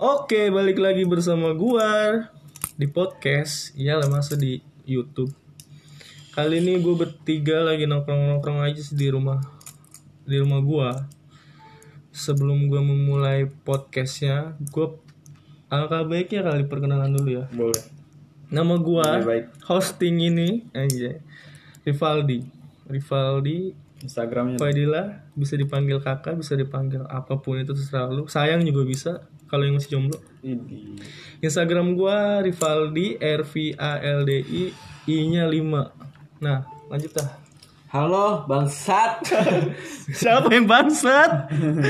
Oke, balik lagi bersama gua di podcast. Iyalah, masa di YouTube. Kali ini gue bertiga lagi nongkrong aja sih di rumah gua. Sebelum gua memulai podcastnya, gua alangkah baiknya kali perkenalan dulu ya. Boleh. Nama gua Baik. hosting ini aja. Rivaldi Instagramnya. Fadila, bisa dipanggil kakak, bisa dipanggil apapun itu terserah lu. Sayang juga bisa kalau yang masih jomblo. Ini. Instagram gua Rivaldi RVALDI I-nya 5. Nah, lanjut dah. Halo bangsat. Siapa yang bangsat?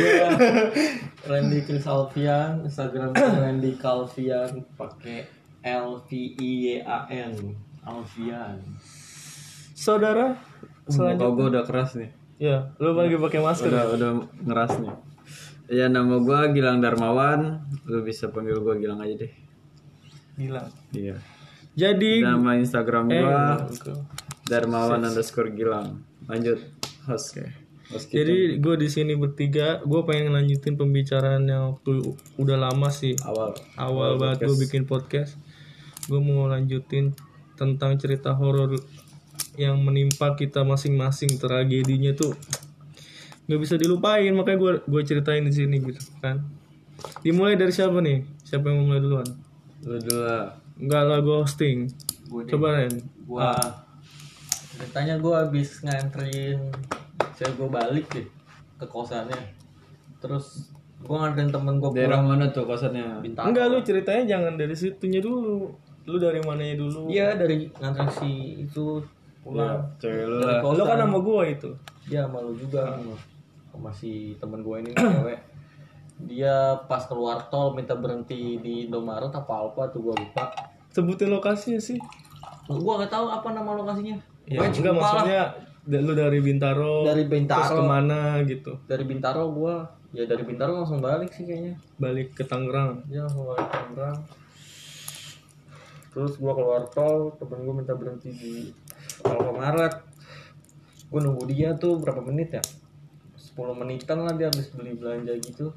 Randy Chris Alfian, Instagram Randy Calvian pakai LVIYAN Alfian. Saudara Muka selanjutnya. gue udah keras nih. Ya, lu lagi pakai masker. Udah ngeras nih. Ya nama gue Gilang Darmawan. Lu bisa panggil gue Gilang aja deh. Gila. Iya. Jadi Nama Instagram gue gitu. Darmawan_Gilang. Lanjut host. Host kita. Jadi gue di sini bertiga, gue pengen lanjutin pembicaraan yang waktu udah lama sih. Awal banget gue bikin podcast. Gue mau lanjutin tentang cerita horor yang menimpa kita masing-masing. Tragedinya tuh nggak bisa dilupain, makanya gue ceritain di sini gitu kan. Dimulai dari siapa nih? Siapa yang mau mulai duluan? Lu dulu lah. Enggak lah, gue hosting. Coba Ren. Gua ceritanya gua habis nganterin cewek gua balik deh ke kosannya. Terus gua nganterin temen gua Daerah pulang mana tuh kosannya? Bintaro. Enggak, lu ceritanya jangan dari situnya dulu. Lu dari mananya dulu? Iya, dari nganterin si itu pulang. Cewek lu Dari lah. kosan. Lu kan sama gue itu. Dia malu juga sama si temen gue ini cewek. Dia pas keluar tol minta berhenti di Indomaret apa tuh gue lupa. Sebutin lokasinya sih. Gue gak tahu apa nama lokasinya. Ya, Pokoknya enggak Cikupa lah. maksudnya lu dari Bintaro. Dari Bintaro. Terus kemana gitu? Dari Bintaro gue, ya dari Bintaro langsung balik sih kayaknya. Balik ke Tangerang. Dia langsung balik ke Tangerang. Terus gue keluar tol, temen gue minta berhenti di Alfamaret. Gue nunggu dia tuh berapa menit ya? 10 menitan lah, dia habis beli belanja gitu.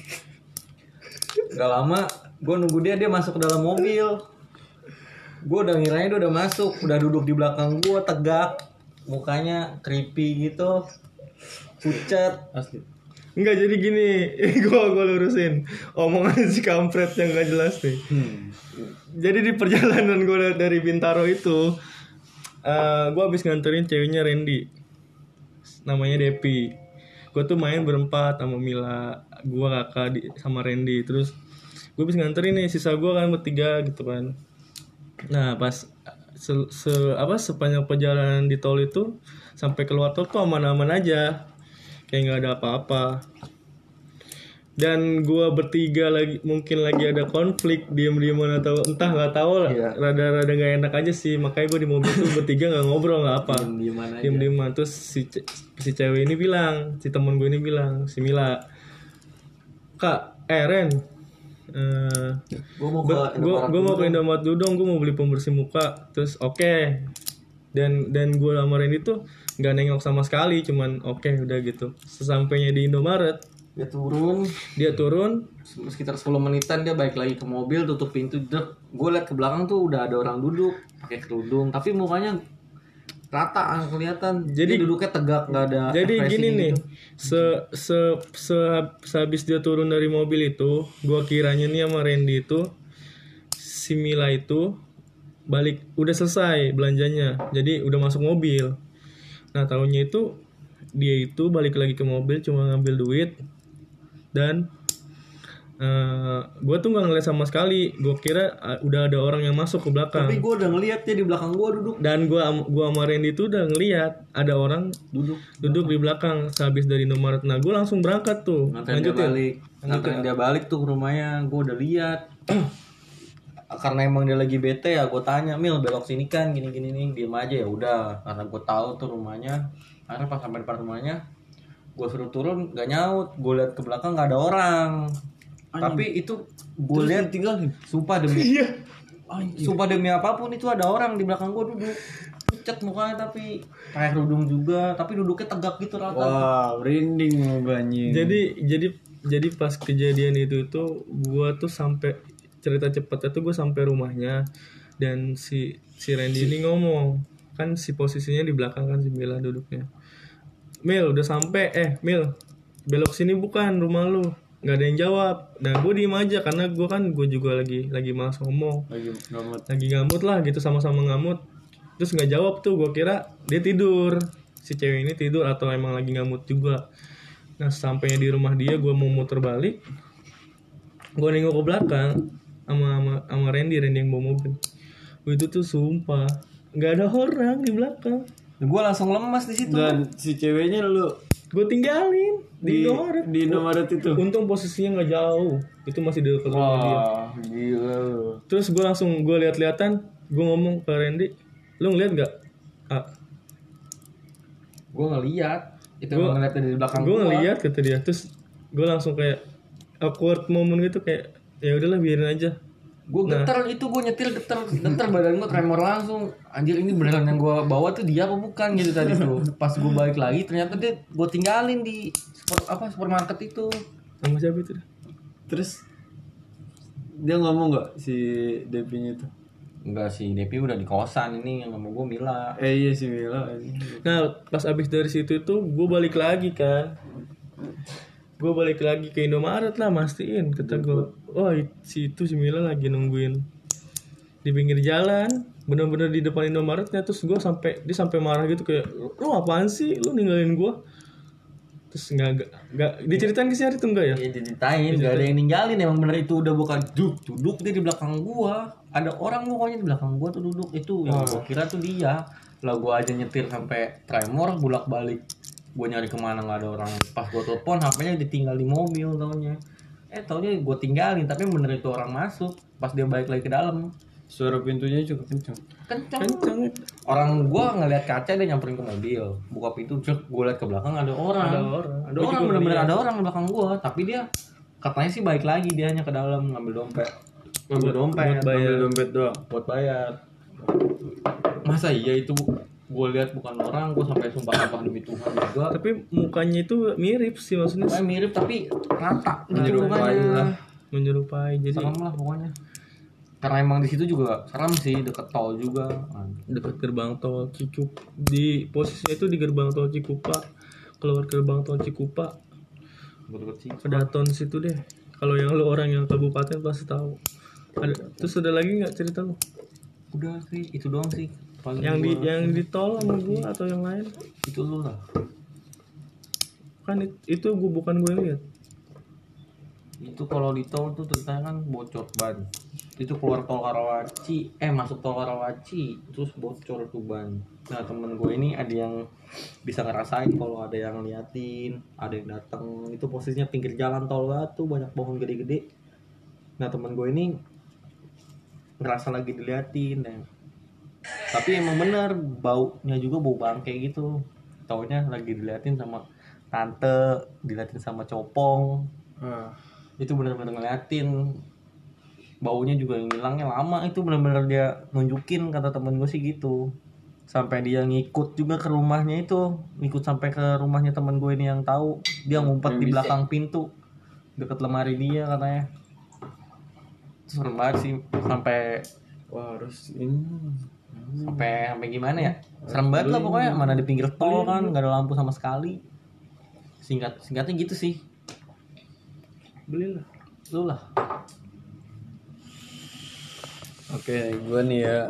Gak lama, gue nunggu dia masuk ke dalam mobil. Gue udah ngiranya dia udah masuk, udah duduk di belakang gue tegak, mukanya creepy gitu, pucat. Asli. Enggak, jadi gini, gua lurusin omongan si kampret yang gak jelas nih. Jadi di perjalanan gue dari Bintaro itu, gue habis nganterin ceweknya Randy, namanya Depi. Gue tuh main berempat sama Mila, gue kakak sama Randy. Terus gue habis nganterin nih, sisa gue kan bertiga gitu kan. Nah pas sepanjang perjalanan di tol itu sampai keluar tol tuh aman-aman aja, kayak nggak ada apa-apa. Dan gua bertiga mungkin lagi ada konflik diem-dieman atau entah nggak tahu lah. Iya. Rada nggak enak aja sih, makanya gua di mobil tuh bertiga nggak ngobrol nggak apa, Diem-dieman aja. diem-dieman. Terus si cewek ini bilang, si temen gue ini bilang, si Mila, Kak, Ren, Gue mau ke gue mau ke Indomaret dulu dong, gue mau beli pembersih muka. Terus oke. Dan gue sama Randy tuh nggak nengok sama sekali, cuman oke udah gitu. Sesampainya di Indomaret, dia turun sekitar 10 menitan, dia balik lagi ke mobil, tutup pintu. Gue liat ke belakang tuh udah ada orang duduk pakai kerudung, tapi mukanya rata kelihatan. Jadi- Dia duduknya tegak, nggak ada jadi expresi gini nih, gitu. sehabis dia turun dari mobil itu, gue kiranya nih sama Randy itu, si Mila itu balik, udah selesai belanjanya, jadi udah masuk mobil. Nah tahunya itu dia itu balik lagi ke mobil cuma ngambil duit. Dan gue tuh nggak ngeliat sama sekali, gue kira udah ada orang yang masuk ke belakang. Tapi gue udah ngeliat dia di belakang gue duduk. Dan gua sama Randy tuh udah ngeliat ada orang duduk di belakang sehabis dari Indomaret. Nah gue langsung berangkat tuh, Nganterin dia balik tuh ke rumahnya. Gue udah lihat. Karena emang dia lagi bete ya, gue tanya, Mil belok sini kan gini nih, diem aja. Ya udah, karena gue tahu tuh rumahnya. Karena pas sampai depan rumahnya, gue suruh turun, gak nyaut. Gue lihat ke belakang gak ada orang. Tapi itu gue lihat tinggalin. Sumpah demi sumpah demi apapun itu ada orang di belakang gue duduk. Pucat mukanya tapi pakai kerudung juga, tapi duduknya tegak gitu rata. Wah, merinding mau banyak. Jadi Jadi pas kejadian itu gue tuh sampai cerita cepatnya tuh gue sampai rumahnya dan si Randy ini ngomong kan si posisinya di belakang kan si Mila duduknya. Mil udah sampai Mil belok sini bukan rumah lu, nggak ada yang jawab. Nah gue diem aja karena gue juga lagi malas ngomong, lagi ngamut lah gitu, sama-sama ngamut. Terus nggak jawab tuh, gue kira dia tidur, si cewek ini tidur atau emang lagi ngamut juga. Nah sampainya di rumah dia, gue mau muter balik, gue nengok ke belakang sama Randy yang bawa mobil. Itu tuh sumpah nggak ada orang di belakang. Gue langsung lemas di situ. Dan si ceweknya lu Gue tinggalin di Indomaret. Di Indomaret itu. Untung posisinya nggak jauh, itu masih di dekat rumah dia. Wah, gila lu. Terus gue langsung lihat-lihatan, gue ngomong ke Randy, lu ngeliat nggak? Gue ngeliat. Itu gue ngeliat dari belakang gue ngeliat kata dia. Terus gue langsung kayak awkward moment gitu, kayak ya udahlah biarin aja. Gue getar itu, gue nyetir getar badan gue tremor langsung. Anjir ini beneran yang gue bawa tuh dia apa bukan gitu tadi tuh. Pas gue balik lagi ternyata dia gue tinggalin di supermarket itu. Sama siapa itu? Terus dia ngomong nggak si Depinya itu? Enggak sih, Depi udah di kosan, ini yang sama gue Mila. Iya si Mila. Nah pas abis dari situ itu gue balik lagi kan. Gue balik lagi ke Indomaret lah, mastiin kata gue, si Mila lagi nungguin di pinggir jalan, bener-bener di depan Indomaretnya. Terus gue dia sampai marah gitu, kayak lu apaan sih, lu ninggalin gue. Terus nggak diceritain ke si Ari tuh enggak ya? Iya diceritain, nggak ada yang ninggalin, emang bener itu udah bukan duduk dia di belakang gue. Ada orang pokoknya di belakang gue tuh duduk, itu yang gue kira tuh dia. Lah gue aja nyetir sampai tremor, bolak-balik. Gue nyari kemana nggak ada orang. Pas gue telepon HP-nya ditinggal di mobil taunya. Taunya gue tinggalin, tapi bener itu orang masuk. Pas dia balik lagi ke dalam, suara pintunya juga kencang. Orang gue ngeliat kaca, dia nyamperin ke mobil, buka pintu, gue liat ke belakang ada orang bener-bener ada orang di belakang gue. Tapi dia katanya sih balik lagi, dia hanya ke dalam ngambil dompet doang buat bayar. Masa iya itu gue lihat bukan orang, gue sampai sumpah demi Tuhan juga. Tapi mukanya itu mirip sih, maksudnya mirip tapi rata gitu menyerupai. Jadi serem lah pokoknya. Karena emang di situ juga serem sih, deket tol juga. Dekat gerbang tol Cikupa. Di posisinya itu di gerbang tol Cikupa. Keluar gerbang tol Cikupa. Kedaton situ deh. Kalau yang lu orang yang kabupaten pasti tahu. Terus ada lagi nggak cerita lu? Udah sih, itu doang sih. Yang di tol sama gue atau yang lain? Itu lu lah. Kan itu bukan gue lihat. Itu kalau di tol tuh ceritanya kan bocor ban. Itu keluar tol Karawaci, masuk tol Karawaci, terus bocor tuh ban. Nah temen gue ini ada yang bisa ngerasain kalau ada yang liatin, ada yang datang. Itu posisinya pinggir jalan tol batu, banyak pohon gede-gede. Nah temen gue ini ngerasa lagi diliatin, tapi emang bener baunya juga bau bangke gitu. Taunya lagi diliatin sama tante, diliatin sama copong. Itu bener-bener ngeliatin. Baunya juga ngilangnya lama. Itu bener-bener dia nunjukin, kata temen gue sih gitu. Sampai dia ngikut juga ke rumahnya itu, ngikut sampai ke rumahnya temen gue ini yang tahu. Dia ngumpet di belakang pintu deket lemari dia katanya. Itu serem banget sih, sampai sampai gimana ya, serem banget lah pokoknya. Mana di pinggir tol kan, nggak ada lampu sama sekali. Singkatnya gitu sih. Belilah lu lah. Oke, gue nih ya.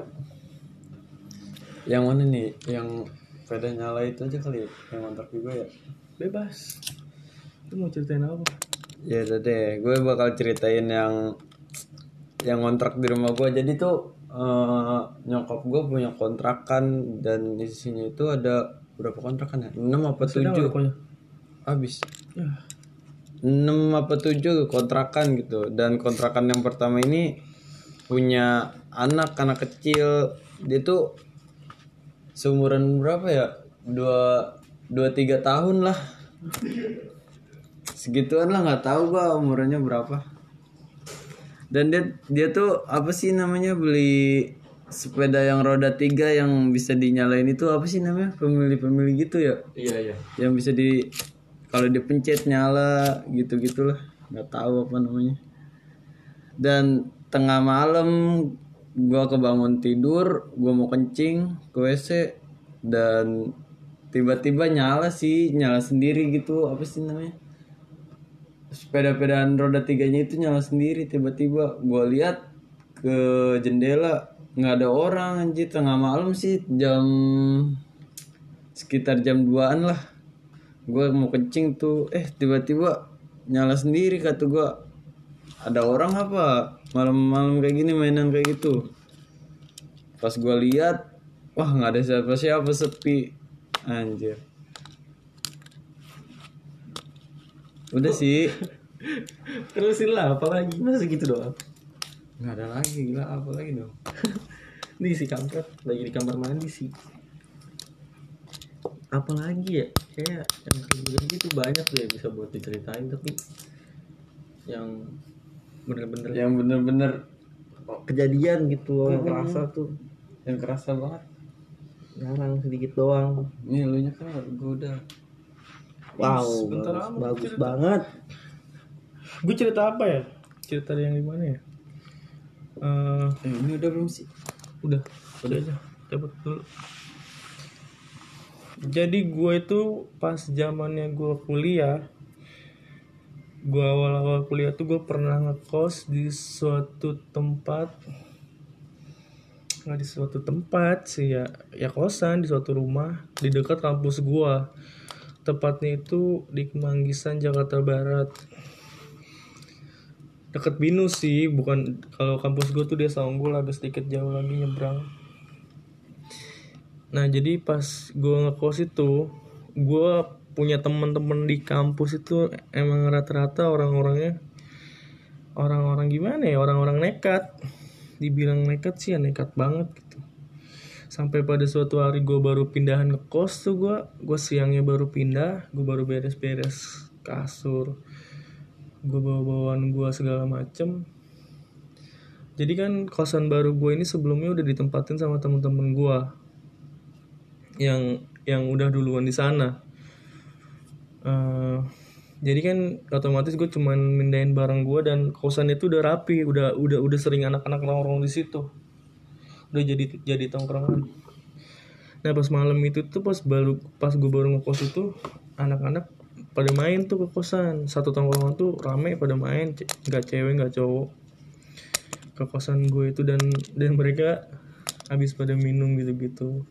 Yang mana nih? Yang sepeda nyala itu aja kali ya? Yang kontrak juga ya? Bebas. Lu mau ceritain apa? Ya udah deh, gue bakal ceritain yang kontrak di rumah gue. Jadi tuh nyokap gue punya kontrakan, dan isinya itu ada berapa kontrakan ya? 6 apa 7? Habis. Ya. 6 apa 7 kontrakan gitu. Dan kontrakan yang pertama ini punya anak kecil. Dia tuh seumuran berapa ya? 2-3 tahun lah. Segituan lah, nggak tahu gua umurnya berapa. Dan dia tuh apa sih namanya, beli sepeda yang roda 3 yang bisa dinyalain itu, apa sih namanya, pemilih gitu ya? Iya. Yang bisa kalau dipencet nyala gitu-gitulah, nggak tahu apa namanya. Dan tengah malam gue kebangun tidur, gue mau kencing ke WC dan tiba-tiba nyala sendiri gitu. Apa sih namanya, sepeda-pedaan roda 3-nya itu nyala sendiri. Tiba-tiba gue lihat ke jendela, nggak ada orang anjir. Tengah malam sih, sekitar jam 2-an lah. Gue mau kencing tuh, tiba-tiba nyala sendiri. Kata gue, ada orang apa malam-malam kayak gini mainan kayak gitu. Pas gue lihat, wah nggak ada siapa-siapa, sepi anjir. Udah sih. Terusin lah, apalagi masa gitu doang. Nggak ada lagi, gila apa lagi dong. Nih si kampret lagi di kamar mandi sih. Apalagi ya, kayak yang gitu banyak tuh ya bisa buat diceritain, tapi yang bener-bener kejadian gitu yang kerasa tuh, yang kerasa banget jarang, sedikit doang. Nih lu nya kan gue udah wow, bagus banget. Gue cerita apa ya? Cerita yang di mana ya? ini udah belum sih? Udah aja, cepet dulu. Jadi gue itu pas zamannya gue kuliah, gue awal-awal kuliah tuh gue pernah ngekos di suatu tempat, nggak di suatu tempat sih ya kosan di suatu rumah di dekat kampus gue. Tepatnya itu di Kemanggisan, Jakarta Barat, deket Binus sih. Bukan, kalau kampus gue tuh dia Saunggul, agak sedikit jauh lagi nyebrang. Nah jadi pas gue ngekos itu, gue punya temen-temen di kampus itu emang rata-rata orang-orangnya orang-orang gimana ya, orang-orang nekat. Dibilang nekat sih ya nekat banget gitu. Sampai pada suatu hari gue baru pindahan ke kos tuh, gue siangnya baru pindah, gue baru beres-beres kasur, gue bawa-bawaan gue segala macem. Jadi kan kosan baru gue ini sebelumnya udah ditempatin sama temen-temen gue yang udah duluan di sana. Jadi kan otomatis gue cuman mindahin barang gue, dan kosan itu udah rapi, udah sering anak-anak nongkrong di situ, udah jadi tongkrongan. Nah pas malam itu tuh pas gue baru ngekos itu, anak-anak pada main tuh ke kosan. Satu tongkrongan tuh rame pada main, nggak cewek nggak cowok, ke kosan gue itu, dan mereka habis pada minum gitu-gitu.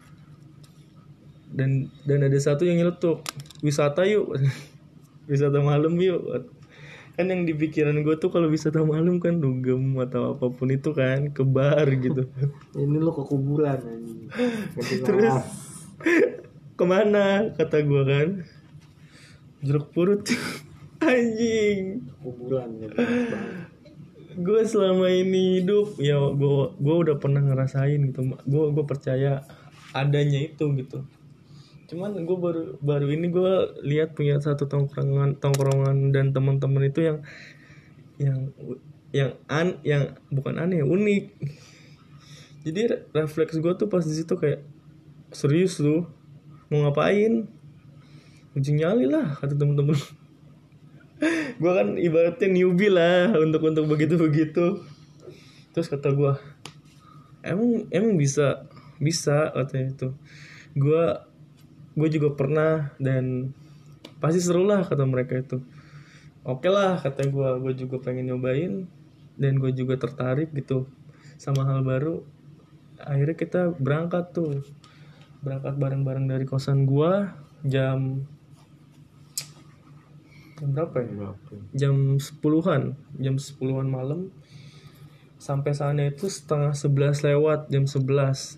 Dan ada satu yang nyeletuk, wisata yuk. Wisata malam yuk. Kan yang di pikiran gue tuh kalau wisata malam kan dugem atau apapun itu kan, ke bar gitu. Ini lo ke kuburan anjing. Terus kemana kata gue kan, Jeruk Purut. Anjing, kuburan ya. Gue selama ini hidup ya gue udah pernah ngerasain gitu. Gue percaya adanya itu gitu. Cuman gue baru ini gue lihat punya satu tongkrongan dan teman-teman itu yang bukan aneh, unik. Jadi refleks gue tuh pas di situ kayak, serius lu mau ngapain? Ujung nyali lah kata temen-temen. Gue kan ibaratnya newbie lah untuk begitu. Terus kata gue, emang bisa katanya itu. Gue juga pernah dan pasti seru lah kata mereka itu. Oke lah kata gue juga pengen nyobain dan gue juga tertarik gitu sama hal baru. Akhirnya kita berangkat bareng-bareng dari kosan gue jam berapa ya? Jam 10-an malam. Sampai sana itu setengah 11 lewat, jam 11.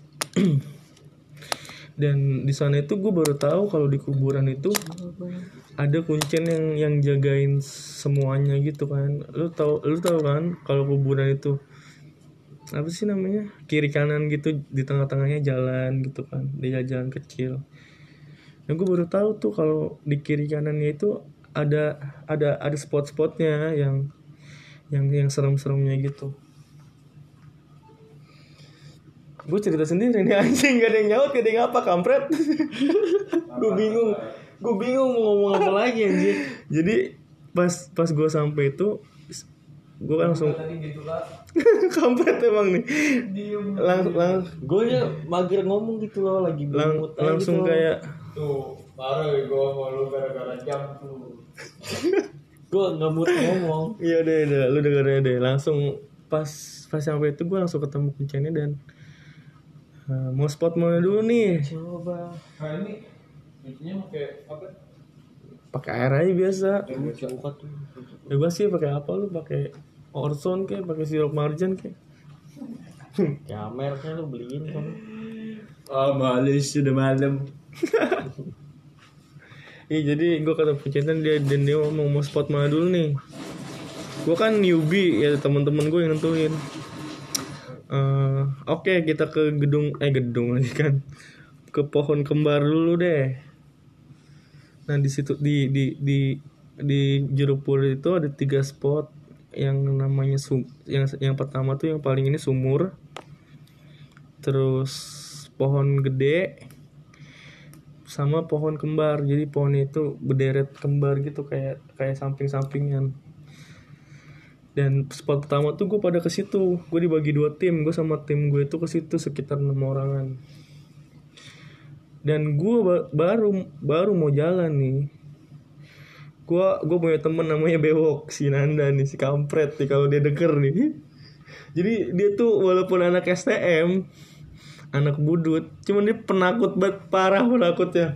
Dan di sana itu gue baru tahu kalau di kuburan itu ada kuncen yang jagain semuanya gitu kan. Lu tahu kan kalau kuburan itu apa sih namanya, kiri kanan gitu, di tengah-tengahnya jalan gitu kan, dia jalan kecil. Dan gue baru tahu tuh kalau di kiri kanannya itu ada spot-spotnya yang serem-seremnya gitu. Gue cerita sendiri nih anjing, gak ada yang nyaut, gak ada yang apa, kampret. Gue bingung. Gue bingung mau ngomong apa lagi anjir. Jadi pas gue sampai itu gue kan langsung kampret emang nih. Gue ya mager ngomong gitu loh, lagi langsung gitu. Kayak Tuh, baru gue mau lu gara-gara jam tuh. Gue nggak mood ngomong. iya udah lu dengerin deh. Langsung pas sampai itu gue langsung ketemu kuncinya dan mau spot mana dulu nih. Coba. Nah ini bikinnya pakai apa? Pakai air aja biasa. Coba tuh. Ya gue sih pakai apa, lu pakai Orson kayak pakai sirup marjan kayak. Ya mereknya lu beliin kan. Oh malis sudah malam. Iya jadi gue kata pencetan dia dan dia ngomong mau spot mana dulu nih. Gue kan newbie ya, teman-teman gue yang nentuin. Oke, kita ke gedung lagi kan, ke pohon kembar dulu deh. Nah di situ di Jeruk Purut itu ada 3 spot yang namanya yang pertama tuh yang paling ini sumur, terus pohon gede sama pohon kembar. Jadi pohonnya itu berderet kembar gitu kayak samping-sampingan. Dan spot pertama tuh gue pada ke situ. Gue dibagi 2 tim. Gue sama tim gue itu ke situ sekitar 6 orangan. Dan gue baru mau jalan nih. Gue punya temen namanya Bewok, si Nanda nih, si kampret nih kalau dia denger nih. Jadi dia tuh walaupun anak STM, anak budut, cuman dia penakut banget, parah penakutnya.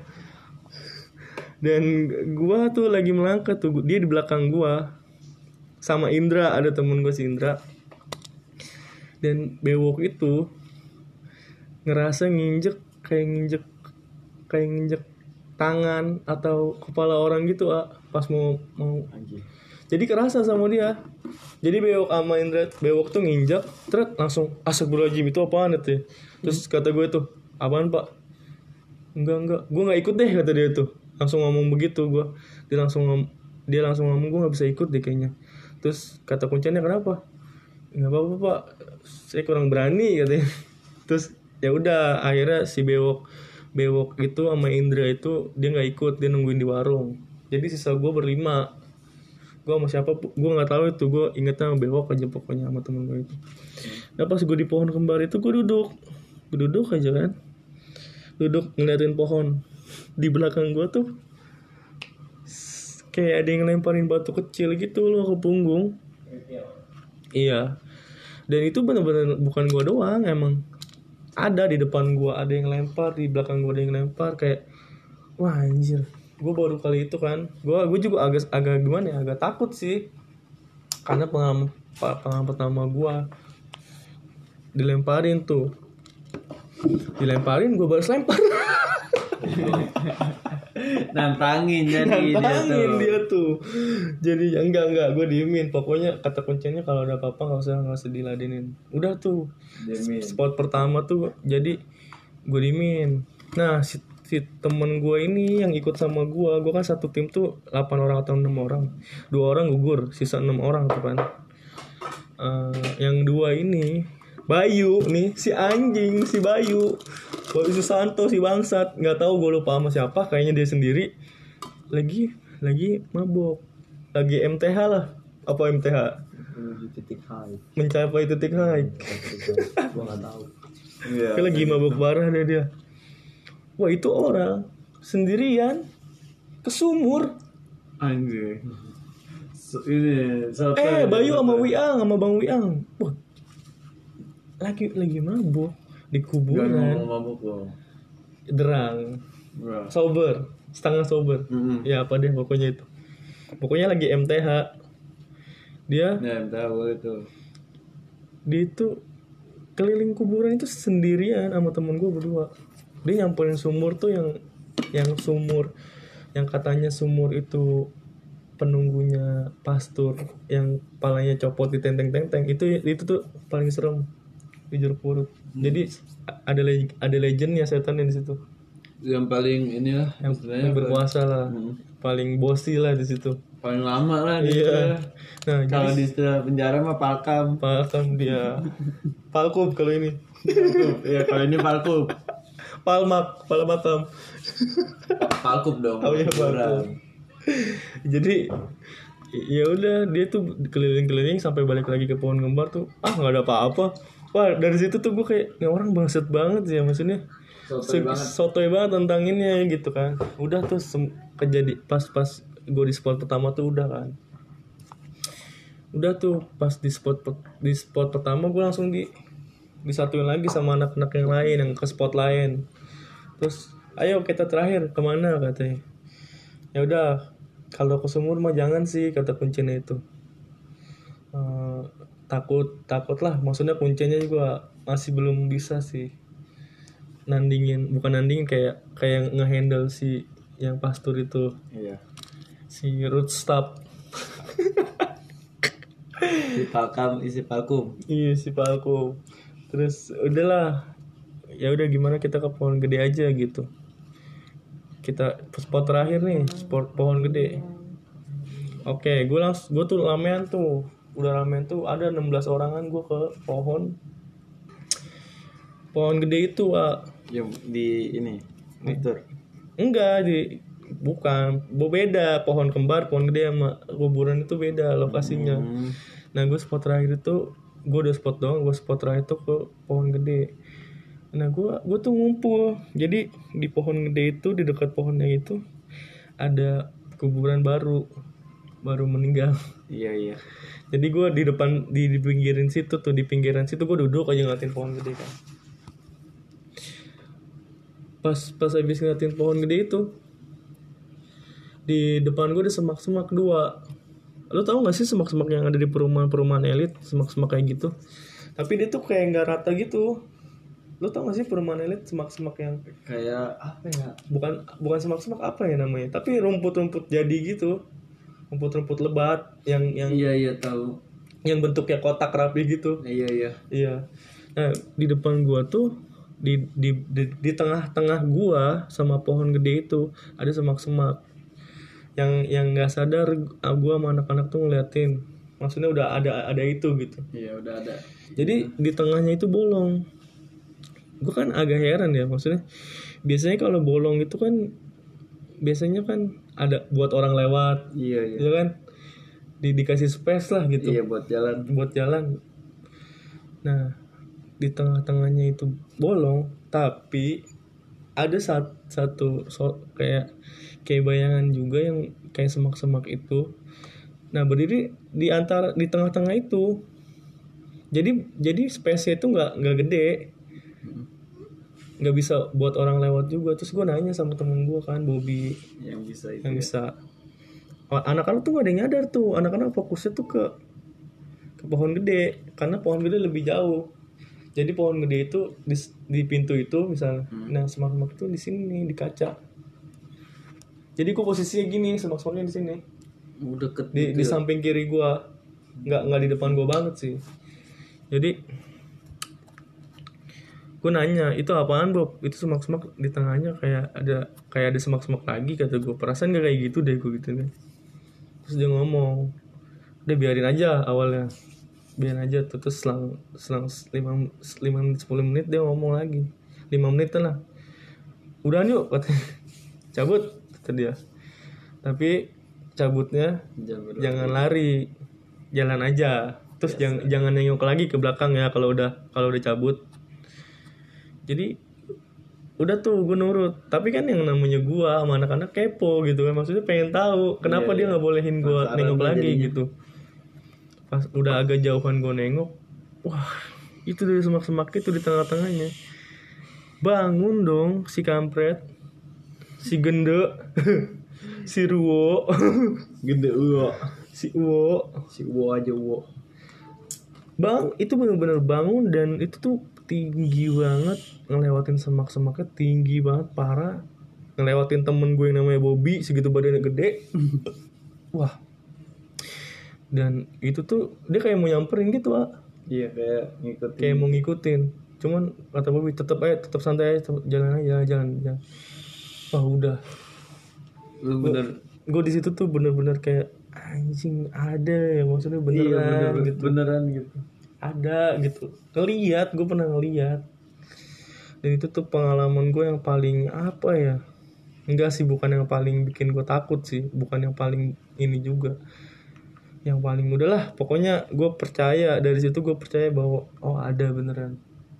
Dan gue tuh lagi melangkah tuh, dia di belakang gue sama Indra, ada temen gue si Indra. Dan Bewok itu ngerasa nginjek tangan atau kepala orang gitu pas mau Anjir. jadi kerasa sama dia. Jadi Bewok sama Indra, Bewok tuh nginjak terus langsung astagfirullahaladzim, itu apaan itu. Terus kata gue tuh, apaan pak? Enggak gue nggak ikut deh, kata dia tuh. Langsung ngomong begitu gue. Dia langsung ngomong gue nggak bisa ikut deh kayaknya. Terus kata kuncinya kenapa? Nggak apa-apa pak, saya kurang berani katanya. Terus ya udah akhirnya si Bewok itu sama Indra itu dia nggak ikut, dia nungguin di warung. Jadi sisa gue berlima. Gue sama siapa gue nggak tahu itu, gue ingetnya sama Bewok aja pokoknya sama temen gue itu. Nah pas gue di pohon kembar itu gue duduk aja kan, duduk ngeliatin pohon. Di belakang gue tuh kayak ada yang lemparin batu kecil gitu loh ke punggung. Iya. Dan itu benar-benar bukan gue doang, emang ada di depan gue ada yang lempar, di belakang gue ada yang lempar. Kayak wah anjir, gue baru kali itu kan, gue juga agak gimana ya, agak takut sih, karena pengalaman pertama gue dilemparin, gue balas lempar. Nantangin dia tuh. Jadi ya enggak, gue diemin. Pokoknya kata kuncinya kalau ada apa-apa nggak usah diladenin. Udah tuh. Spot pertama tuh jadi gue diemin. Nah si temen gue ini yang ikut sama gue kan satu tim tuh 8 orang atau 6 orang. 2 orang gugur, sisa 6 orang tuh kan. Yang 2 ini Bayu nih, si anjing, si Bayu Susanto, si bangsat, nggak tahu, gue lupa sama siapa, kayaknya dia sendiri lagi mabok, lagi MTH lah, apa MTH? Mencapai titik high. Gue nggak tahu. Kayak lagi mabok parah deh dia. Wah itu orang sendirian ke sumur. Anjir. Ini Bayu sama Wiang, sama Bang Wiang. Wah, lagi mabuk di kuburan. Mabuk loh. Derang. Sober, setengah sober. Ya apa deh pokoknya itu. Pokoknya lagi MTH. Dia tahu itu. Dia itu keliling kuburan itu sendirian sama temen gue berdua. Dia nyamperin sumur tuh yang sumur yang katanya sumur itu penunggunya pastur yang palanya copot di tenteng-tenteng. Itu tuh paling serem di Jeruk Purut. Jadi ada legendnya setan di situ. Yang paling inilah yang berkuasa lah. Paling bosi lah di situ. Paling lama lah di situ. Nah, kalau di penjara mah Palkam dia. Palkub kalau ini. Ya kalau ini Palkub. Palmak, kepala Batam. Palkup dong. Oh iya Palkup. Jadi ya udah dia tuh keliling-keliling sampai balik lagi ke pohon kembar tuh nggak ada apa-apa. Wah dari situ tuh gue kayak ini orang bangsat banget sih ya, maksudnya sotoy banget tentang ini gitu kan. Udah tuh kejadi pas gue di spot pertama tuh udah kan. Udah tuh pas di spot pertama gue langsung disatuin lagi sama anak-anak yang lain yang ke spot lain. Terus ayo kita terakhir kemana katanya. Ya udah kalau ke sumur mah jangan sih kata kuncinya itu. Takut lah, maksudnya kuncinya juga masih belum bisa sih bukan nandingin kayak ngehandle si yang pastur itu. Iya. Si root stop. Isi Palkup. Iya si Palkup. Terus udahlah. Ya udah gimana kita ke pohon gede aja gitu. Kita spot terakhir nih, spot pohon gede. Oke, gue tuh ramean tuh. Udah ramean tuh ada 16 orangan gue ke pohon gede itu, Wak. Yang di ini motor. Enggak, bukan. Beda pohon kembar, pohon gede sama kuburan itu beda lokasinya. Nah, gue spot terakhir itu gue udah spot doang, gue spot terakhir itu ke pohon gede. Nah, gue tuh ngumpul. Jadi di pohon gede itu, di dekat pohonnya itu ada kuburan baru meninggal. Iya. Jadi gue di depan di pinggiran situ tuh, di pinggiran situ gue duduk aja ngeliatin pohon gede kan. Pas habis ngeliatin pohon gede itu, di depan gue ada semak-semak 2. Lo tau gak sih semak-semak yang ada di perumahan elit, semak-semak kayak gitu. Tapi dia tuh kayak nggak rata gitu. Lo tau gak sih perumahan elit semak-semak yang kayak apa ya? Bukan semak-semak apa ya namanya? Tapi rumput-rumput jadi gitu. Rumput-rumput lebat yang Iya tahu. Yang bentuknya kotak rapi gitu. Iya. Nah, di depan gua tuh di tengah-tengah gua sama pohon gede itu ada semak-semak. Yang enggak sadar gua sama anak-anak tuh ngeliatin. Maksudnya udah ada itu gitu. Iya, udah ada. Jadi di tengahnya itu bolong. Gua kan agak heran ya, maksudnya biasanya kalau bolong itu kan biasanya kan ada buat orang lewat. Iya. Ya kan? Dikasih space lah gitu. Iya, buat jalan. Nah, di tengah-tengahnya itu bolong, tapi ada satu kayak bayangan juga yang kayak semak-semak itu. Nah, berdiri di tengah-tengah itu. Jadi space-nya itu nggak gede. Nggak bisa buat orang lewat juga. Terus gue nanya sama temen gue kan, Bobby, yang bisa itu. Yang bisa. Anak-anak tuh gak ada yang nyadar tuh. Anak-anak fokusnya tuh ke pohon gede, karena pohon gede lebih jauh. Jadi pohon gede itu di pintu itu misalnya. Nah, semak-semak itu di sini di kaca. Jadi gue posisinya gini, semak-semaknya di sini. Deket di samping kiri gue. Nggak di depan gue banget sih. Jadi gue nanya, itu apaan Bob? Itu semak-semak di tengahnya kayak ada semak-semak lagi, kata gue. Perasaan gak kayak gitu deh, gue gitu kan. Terus dia ngomong, udah biarin aja awalnya, biarin aja tuh. Terus selang 5-10 menit dia ngomong lagi, 5 menit lah, udah yuk katanya, cabut kata dia. Tapi cabutnya jangan lari, jalan aja. Terus jangan nengok lagi ke belakang ya kalau udah cabut. Jadi udah tuh gue nurut. Tapi kan yang namanya gue sama anak-anak kepo gitu kan. Maksudnya pengen tahu kenapa dia gak bolehin gue nengok lagi jadinya. Gitu. Pas udah agak jauhan gue nengok, wah itu dari semak-semak itu di tengah-tengahnya. Bangun dong si kampret, si gende, si ruwo, gede uwo, si uwo aja uwo. Bang, itu bener-bener bangun dan itu tuh tinggi banget, ngelewatin semak-semaknya tinggi banget, parah. Ngelewatin temen gue yang namanya Bobby, segitu badannya gede. Wah. Dan itu tuh dia kayak mau nyamperin gitu, Wak. Iya, kayak ngikutin. Kayak mau ngikutin. Cuman kata Bobby tetap santai aja, jalan aja, jalan. Wah, udah. Lu bener. Gue di situ tuh bener-bener kayak anjing, ada ya, maksudnya beneran, iya, gitu. Beneran gitu. Ada gitu, gue pernah ngeliat. Dan itu tuh pengalaman gue yang paling apa ya, Enggak sih, bukan yang paling bikin gue takut sih, bukan yang paling ini juga. Yang paling udahlah, pokoknya gue percaya, dari situ gue percaya bahwa oh ada beneran.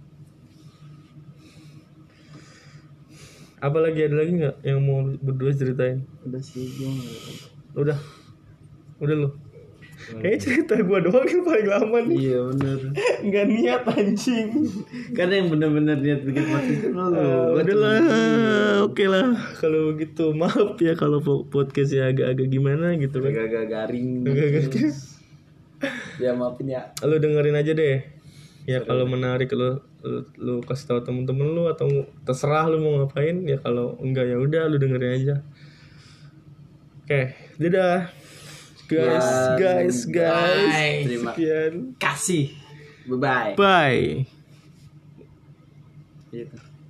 Apalagi ada lagi nggak yang mau lu berdua ceritain? Udah sih gue. Udah lu. Kayaknya cerita gue doang yang paling lama nih. Iya bener. Nggak niat anjing. Karena yang bener-bener niat bikin podcast itu lo. Udahlah, oke lah. Kalau begitu maaf ya kalau podcastnya agak-agak gimana gitu kan. Agak-agak garing. Ya maafin ya. Lu dengerin aja deh. Ya kalau menarik lu kasih tahu temen-temen lu atau terserah lu mau ngapain. Ya kalau enggak ya udah lu dengerin aja. Oke, dadah. Guys. Terima Sekian. kasih. Bye bye. Bye. Gitu.